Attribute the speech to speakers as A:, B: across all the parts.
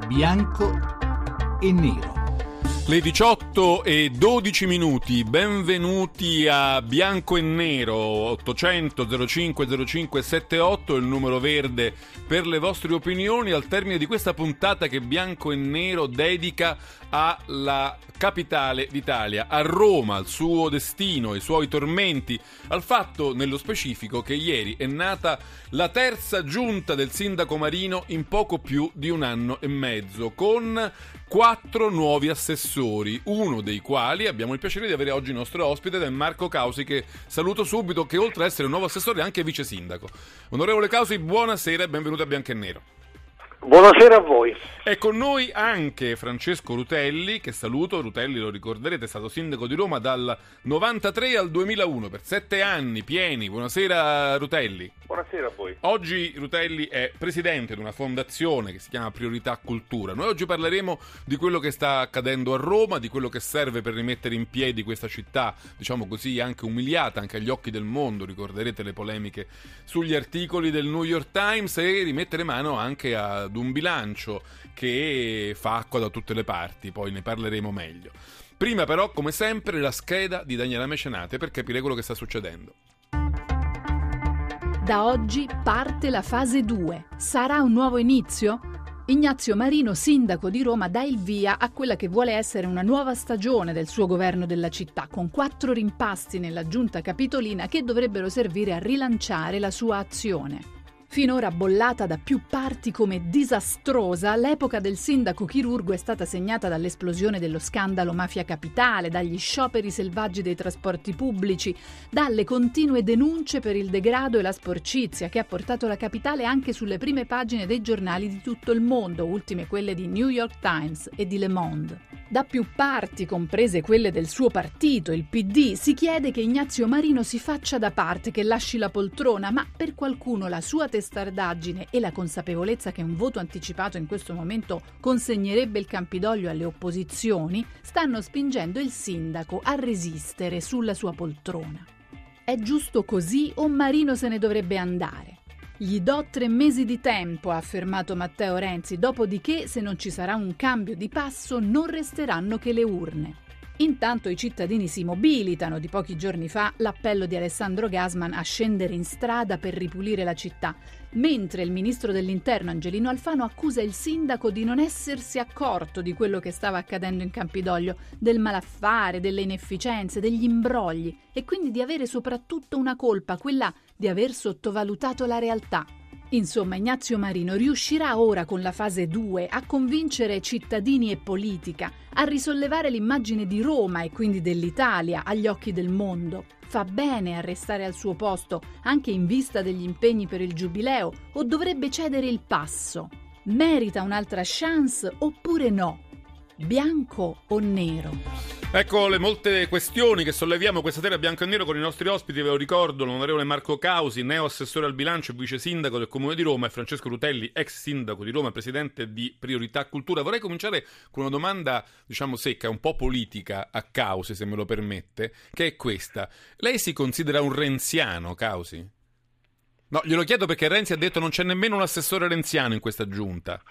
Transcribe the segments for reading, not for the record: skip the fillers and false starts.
A: bianco e nero.
B: Le 18 e 12 minuti, benvenuti a Bianco e Nero. 800 05 05 78, il numero verde per le vostre opinioni al termine di questa puntata che Bianco e Nero dedica alla capitale d'Italia, a Roma, al suo destino, ai suoi tormenti, al fatto nello specifico che ieri è nata la terza giunta del sindaco Marino in poco più di un anno e mezzo, con 4 nuovi assessori, uno dei quali abbiamo il piacere di avere oggi il nostro ospite, ed è Marco Causi, che saluto subito, che oltre ad essere un nuovo assessore è anche vice sindaco. Onorevole Causi, buonasera e benvenuto a Bianco e Nero.
C: Buonasera a voi.
B: È con noi anche Francesco Rutelli, che saluto. Rutelli, lo ricorderete, è stato sindaco di Roma dal 93 al 2001, per 7 anni pieni. Buonasera Rutelli.
C: Buonasera a voi.
B: Oggi Rutelli è presidente di una fondazione che si chiama Priorità Cultura. Noi oggi parleremo di quello che sta accadendo a Roma, di quello che serve per rimettere in piedi questa città, diciamo così, anche umiliata, anche agli occhi del mondo. Ricorderete le polemiche sugli articoli del New York Times, e rimettere mano anche ad un bilancio che fa acqua da tutte le parti. Poi ne parleremo meglio. Prima però, come sempre, la scheda di Daniela Mecenate per capire quello che sta succedendo.
D: Da oggi parte la fase 2. Sarà un nuovo inizio? Ignazio Marino, sindaco di Roma, dà il via a quella che vuole essere una nuova stagione del suo governo della città, con 4 rimpasti nella giunta capitolina che dovrebbero servire a rilanciare la sua azione. Finora bollata da più parti come disastrosa, l'epoca del sindaco chirurgo è stata segnata dall'esplosione dello scandalo Mafia Capitale, dagli scioperi selvaggi dei trasporti pubblici, dalle continue denunce per il degrado e la sporcizia che ha portato la capitale anche sulle prime pagine dei giornali di tutto il mondo, ultime quelle di New York Times e di Le Monde. Da più parti, comprese quelle del suo partito, il PD, si chiede che Ignazio Marino si faccia da parte, che lasci la poltrona, ma per qualcuno la sua testardaggine e la consapevolezza che un voto anticipato in questo momento consegnerebbe il Campidoglio alle opposizioni stanno spingendo il sindaco a resistere sulla sua poltrona. È giusto così o Marino se ne dovrebbe andare? Gli do 3 mesi di tempo, ha affermato Matteo Renzi, dopodiché se non ci sarà un cambio di passo non resteranno che le urne. Intanto i cittadini si mobilitano. Di pochi giorni fa l'appello di Alessandro Gasman a scendere in strada per ripulire la città, mentre il ministro dell'Interno Angelino Alfano accusa il sindaco di non essersi accorto di quello che stava accadendo in Campidoglio, del malaffare, delle inefficienze, degli imbrogli, e quindi di avere soprattutto una colpa, quella di aver sottovalutato la realtà. Insomma, Ignazio Marino riuscirà ora con la fase 2 a convincere cittadini e politica, a risollevare l'immagine di Roma e quindi dell'Italia agli occhi del mondo. Fa bene a restare al suo posto, anche in vista degli impegni per il Giubileo, o dovrebbe cedere il passo? Merita un'altra chance oppure no? Bianco o nero?
B: Ecco le molte questioni che solleviamo questa sera a Bianco e Nero con i nostri ospiti. Ve lo ricordo: l'onorevole Marco Causi, neo assessore al bilancio e vice sindaco del Comune di Roma, e Francesco Rutelli, ex sindaco di Roma e presidente di Priorità Cultura. Vorrei cominciare con una domanda, diciamo, secca, un po' politica a Causi, se me lo permette, che è questa. Lei si considera un renziano, Causi? No, glielo chiedo perché Renzi ha detto non c'è nemmeno un assessore renziano in questa giunta.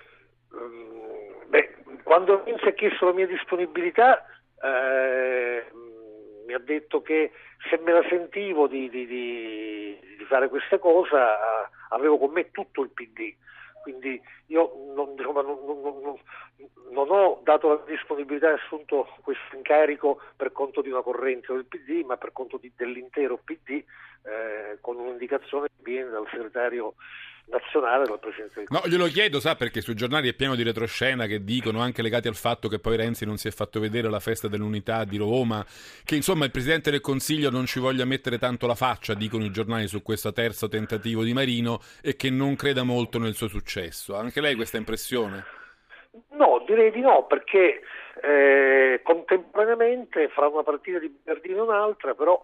C: Quando Renzi ha chiesto la mia disponibilità, mi ha detto che se me la sentivo di fare questa cosa, avevo con me tutto il PD, quindi io non ho dato la disponibilità e assunto questo incarico per conto di una corrente del PD, ma per conto dell'intero PD, con un'indicazione che viene dal segretario nazionale, dal Presidente del Consiglio.
B: No, glielo chiedo, sa, perché sui giornali è pieno di retroscena che dicono, anche legati al fatto che poi Renzi non si è fatto vedere alla festa dell'unità di Roma, che insomma il Presidente del Consiglio non ci voglia mettere tanto la faccia, dicono i giornali, su questo terzo tentativo di Marino, e che non creda molto nel suo successo. Anche lei questa impressione? No,
C: direi di no, perché contemporaneamente fra una partita di Bernardino e un'altra, però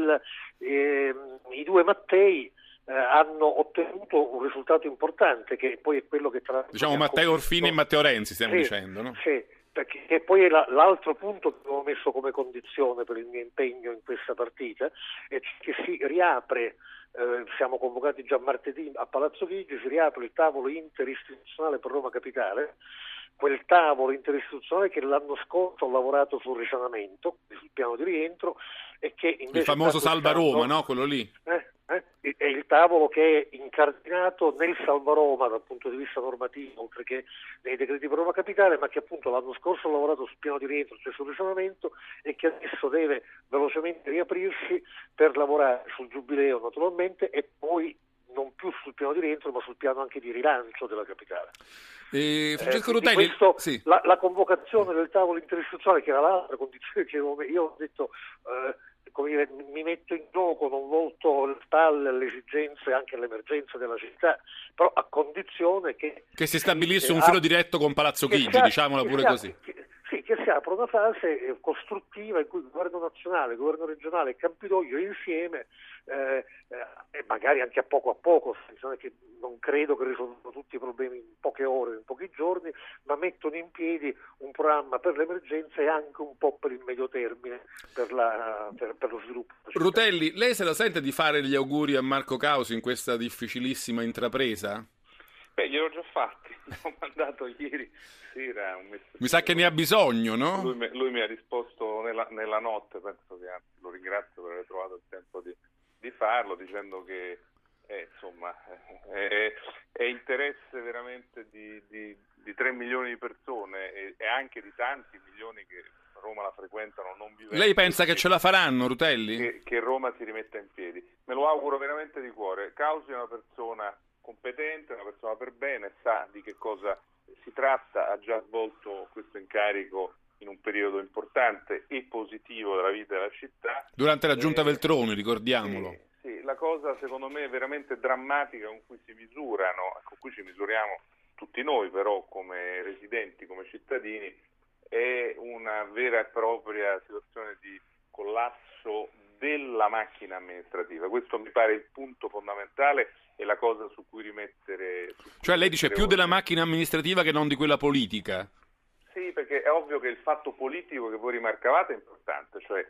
C: i due Mattei hanno ottenuto un risultato importante, che poi è quello che tra
B: diciamo Matteo Orfini e Matteo Renzi, stiamo dicendo, no?
C: Sì, perché poi è l'altro punto che avevo messo come condizione per il mio impegno in questa partita, è che si riapre siamo convocati già martedì a Palazzo Chigi, si riapre il tavolo interistituzionale per Roma Capitale, quel tavolo interistituzionale che l'anno scorso ha lavorato sul risanamento, sul piano di rientro, e che invece
B: il famoso Salva Roma, no? Quello lì.
C: È il tavolo che è incardinato nel Salva Roma dal punto di vista normativo, oltre che nei decreti per Roma Capitale, ma che appunto l'anno scorso ha lavorato sul piano di rientro, cioè sul risanamento, e che adesso deve velocemente riaprirsi per lavorare sul giubileo naturalmente, e poi non più sul piano di rientro ma sul piano anche di rilancio della capitale.
B: Francesco Rutelli,
C: questo,
B: sì.
C: la convocazione del tavolo interistituzionale, che era l'altra condizione che io ho detto, come dire, mi metto in gioco, non volto le spalle alle esigenze, anche alle emergenze della città, però a condizione che
B: si stabilisse un filo diretto con Palazzo Chigi, diciamola pure così.
C: Che si apra una fase costruttiva in cui il governo nazionale, il governo regionale e Campidoglio insieme, e magari anche a poco, che non credo che risolvano tutti i problemi in poche ore, in pochi giorni, ma mettono in piedi un programma per l'emergenza e anche un po' per il medio termine, per lo sviluppo.
B: Rutelli, lei se la sente di fare gli auguri a Marco Causi in questa difficilissima intrapresa?
E: Beh, gliel'ho già fatti, l'ho mandato ieri sera un messaggio.
B: Mi sa che ne ha bisogno, no?
E: Lui mi ha risposto nella notte, penso che, anzi, lo ringrazio per aver trovato il tempo di farlo, dicendo che insomma è interesse veramente di 3 milioni di persone e anche di tanti milioni che Roma la frequentano non vivendo.
B: Lei pensa che ce la faranno, Rutelli?
E: Che Roma si rimetta in piedi. Me lo auguro veramente di cuore. Causi è una persona competente, una persona per bene, sa di che cosa si tratta, ha già svolto questo incarico in un periodo importante e positivo della vita della città.
B: Durante la giunta Veltroni, ricordiamolo.
E: Sì, la cosa secondo me veramente drammatica con cui ci misuriamo tutti noi però come residenti, come cittadini, è una vera e propria situazione di collasso della macchina amministrativa. Questo mi pare il punto fondamentale e la cosa su cui rimettere...
B: Cioè lei dice più della macchina amministrativa che non di quella politica?
E: Sì, perché è ovvio che il fatto politico che voi rimarcavate è importante, cioè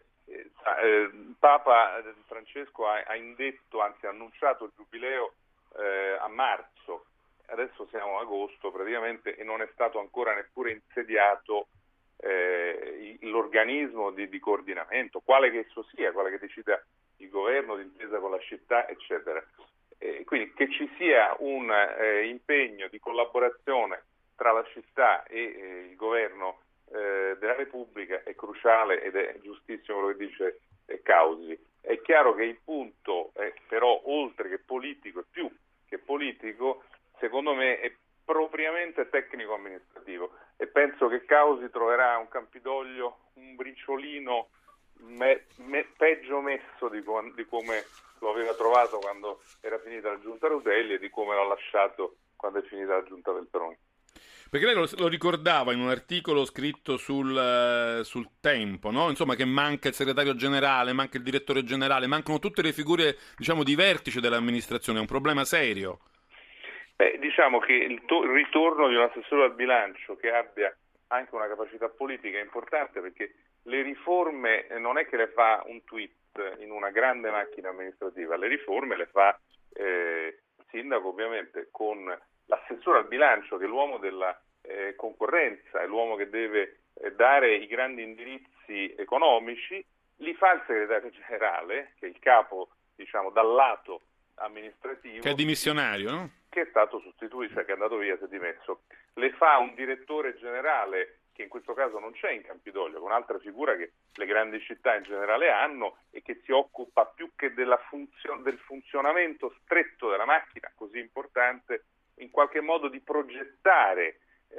E: Papa Francesco ha indetto, anzi ha annunciato il giubileo a marzo, adesso siamo a agosto praticamente e non è stato ancora neppure insediato l'organismo di coordinamento, quale che esso sia, quale che decida il governo d'intesa con la città, eccetera. Quindi che ci sia un impegno di collaborazione tra la città e il governo della Repubblica è cruciale ed è giustissimo quello che dice Causi. È chiaro che il punto è però, oltre che politico e più che politico, secondo me è propriamente tecnico-amministrativo e penso che Causi troverà un Campidoglio un briciolino peggio messo di come lo aveva trovato quando era finita la giunta Rutelli e di come l'ha lasciato quando è finita la giunta Veltroni.
B: Perché lei lo ricordava in un articolo scritto sul Tempo, no? Insomma, che manca il segretario generale, manca il direttore generale, mancano tutte le figure, diciamo, di vertice dell'amministrazione, è un problema serio.
E: Diciamo che il ritorno di un assessore al bilancio che abbia anche una capacità politica è importante, perché le riforme non è che le fa un tweet in una grande macchina amministrativa, le riforme le fa il sindaco ovviamente con l'assessore al bilancio, che è l'uomo della concorrenza, è l'uomo che deve dare i grandi indirizzi economici, li fa il segretario generale, che è il capo, diciamo, dal lato amministrativo.
B: Che è dimissionario, no?
E: Che è stato sostituito, cioè che è andato via, si è dimesso. Le fa un direttore generale, che in questo caso non c'è in Campidoglio, con un'altra figura che le grandi città in generale hanno e che si occupa più che del funzionamento stretto della macchina, così importante, in qualche modo di progettare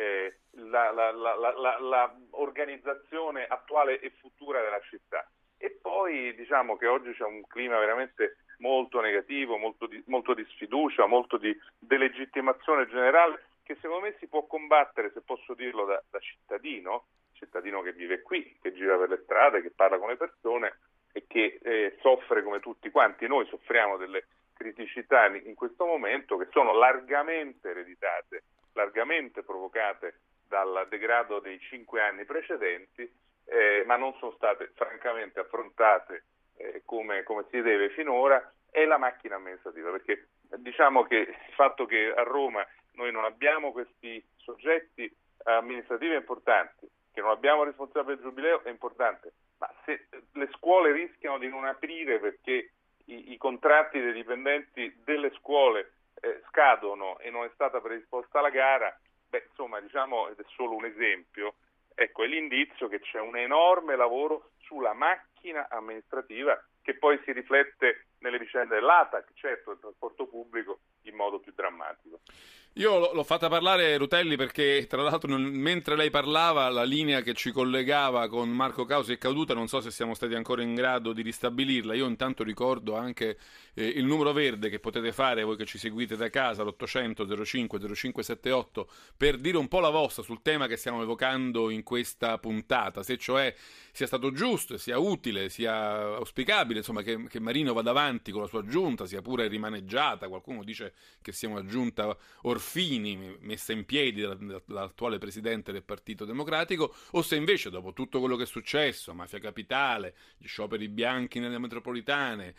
E: la organizzazione attuale e futura della città. E poi diciamo che oggi c'è un clima veramente molto negativo, molto di sfiducia, molto di delegittimazione generale, che secondo me si può combattere, se posso dirlo da cittadino che vive qui, che gira per le strade, che parla con le persone e che soffre come tutti quanti. Noi soffriamo delle criticità in questo momento che sono largamente ereditate, largamente provocate dal degrado dei 5 anni precedenti, ma non sono state francamente affrontate come si deve finora, è la macchina amministrativa, perché diciamo che il fatto che a Roma noi non abbiamo questi soggetti amministrativi è importante, che non abbiamo responsabile del giubileo è importante, ma se le scuole rischiano di non aprire perché i contratti dei dipendenti delle scuole scadono e non è stata predisposta la gara, insomma, diciamo, ed è solo un esempio, ecco, è l'indizio che c'è un enorme lavoro sulla macchina amministrativa che poi si riflette nelle vicende dell'ATAC, certo, del trasporto pubblico in modo più drammatico.
B: Io l'ho fatta parlare Rutelli perché tra l'altro mentre lei parlava la linea che ci collegava con Marco Causi è caduta, non so se siamo stati ancora in grado di ristabilirla. Io intanto ricordo anche il numero verde che potete fare voi che ci seguite da casa, l'800 05 0578, per dire un po' la vostra sul tema che stiamo evocando in questa puntata, se cioè sia stato giusto, sia utile, sia auspicabile, insomma, che Marino vada avanti con la sua giunta, sia pure rimaneggiata. Qualcuno dice che sia una giunta Orfini messa in piedi dall'attuale presidente del Partito Democratico, o se invece dopo tutto quello che è successo, Mafia Capitale, gli scioperi bianchi nelle metropolitane,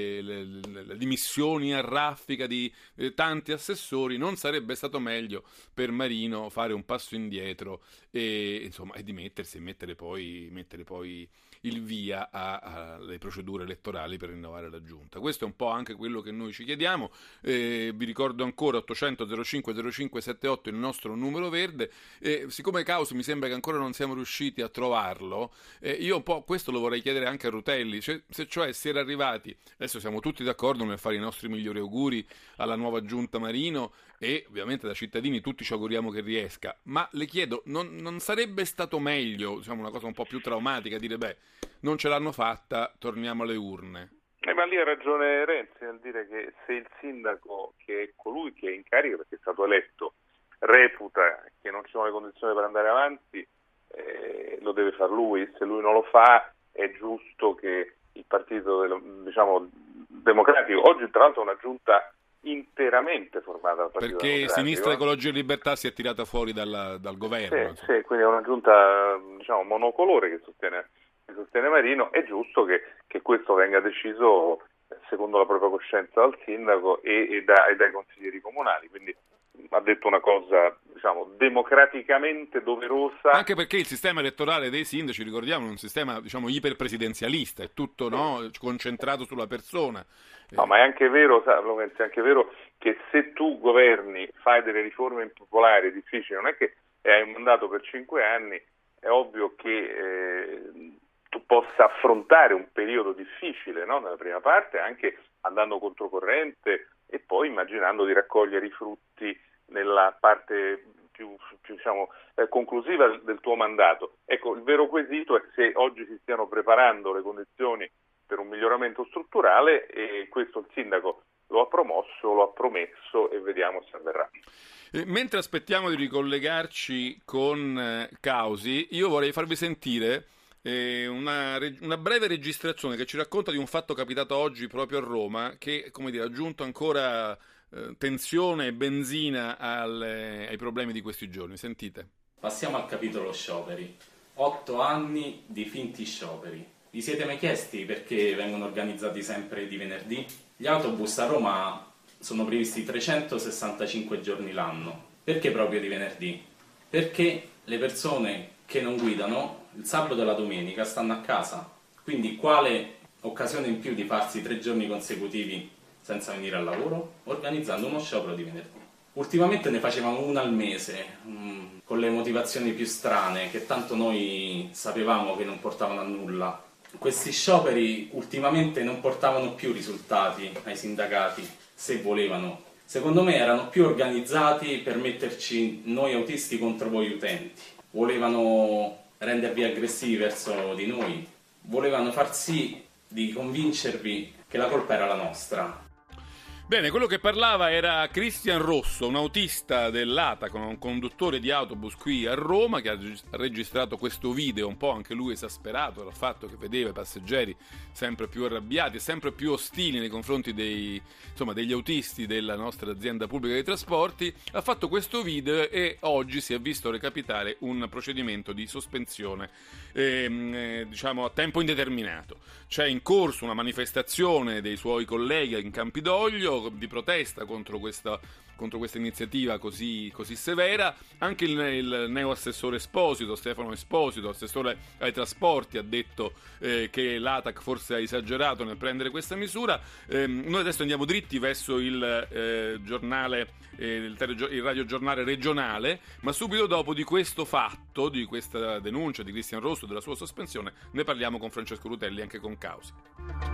B: le dimissioni a raffica di tanti assessori, non sarebbe stato meglio per Marino fare un passo indietro e dimettersi e mettere poi il via alle procedure elettorali per rinnovare la giunta. Questo è un po' anche quello che noi ci chiediamo. Vi ricordo ancora 800 05 0578 il nostro numero verde. Siccome Causi mi sembra che ancora non siamo riusciti a trovarlo, io un po' questo lo vorrei chiedere anche a Rutelli, se si era arrivati, adesso siamo tutti d'accordo nel fare i nostri migliori auguri alla nuova giunta Marino e ovviamente da cittadini tutti ci auguriamo che riesca, ma le chiedo, non sarebbe stato meglio, diciamo una cosa un po' più traumatica, dire non ce l'hanno fatta, torniamo alle urne?
E: Ma lì ha ragione Renzi nel dire che se il sindaco, che è colui che è in carica perché è stato eletto, reputa che non ci sono le condizioni per andare avanti, lo deve far lui. Se lui non lo fa è giusto che il partito democratico, oggi tra l'altro è una giunta interamente formata dal Partito
B: Democratico. Perché Sinistra, Ecologia e Libertà si è tirata fuori dal governo.
E: Sì, quindi è una giunta monocolore che sostiene Marino. È giusto che questo venga deciso secondo la propria coscienza dal sindaco e dai consiglieri comunali, quindi ha detto una cosa democraticamente doverosa.
B: Anche perché il sistema elettorale dei sindaci, ricordiamo, è un sistema iperpresidenzialista, è tutto concentrato sulla persona.
E: No, ma è anche vero, è anche vero che se tu governi, fai delle riforme impopolari, difficili, non è che hai un mandato per 5 anni, è ovvio che tu possa affrontare un periodo difficile, no? Nella prima parte, anche andando controcorrente e poi immaginando di raccogliere i frutti nella parte più conclusiva del tuo mandato. Ecco, il vero quesito è se oggi si stiano preparando le condizioni per un miglioramento strutturale, e questo il sindaco lo ha promosso, lo ha promesso e vediamo se avverrà.
B: Mentre aspettiamo di ricollegarci con Causi, io vorrei farvi sentire una breve registrazione che ci racconta di un fatto capitato oggi proprio a Roma che, ha aggiunto ancora tensione e benzina ai problemi di questi giorni. Sentite.
F: Passiamo al capitolo scioperi. 8 anni di finti scioperi. Vi siete mai chiesti perché vengono organizzati sempre di venerdì? Gli autobus a Roma sono previsti 365 giorni l'anno. Perché proprio di venerdì? Perché le persone che non guidano il sabato e la domenica stanno a casa. Quindi quale occasione in più di farsi 3 giorni consecutivi senza venire al lavoro? Organizzando uno sciopero di venerdì. Ultimamente ne facevamo uno al mese, con le motivazioni più strane, che tanto noi sapevamo che non portavano a nulla. Questi scioperi ultimamente non portavano più risultati ai sindacati, se volevano. Secondo me erano più organizzati per metterci noi autisti contro voi utenti. Volevano rendervi aggressivi verso di noi, volevano far sì di convincervi che la colpa era la nostra.
B: Bene, quello che parlava era Cristian Rosso, un autista dell'ATAC, un conduttore di autobus qui a Roma, che ha registrato questo video, un po' anche lui esasperato dal fatto che vedeva i passeggeri sempre più arrabbiati e sempre più ostili nei confronti degli autisti della nostra azienda pubblica dei trasporti. Ha fatto questo video e oggi si è visto recapitare un procedimento di sospensione a tempo indeterminato. C'è in corso una manifestazione dei suoi colleghi in Campidoglio di protesta contro questa iniziativa così severa. Anche il neo assessore Esposito, Stefano Esposito, assessore ai trasporti, ha detto che l'ATAC forse ha esagerato nel prendere questa misura. Noi adesso andiamo dritti verso il radiogiornale regionale, ma subito dopo di questo fatto, di questa denuncia di Cristian Rosso, della sua sospensione, ne parliamo con Francesco Rutelli, anche con causa.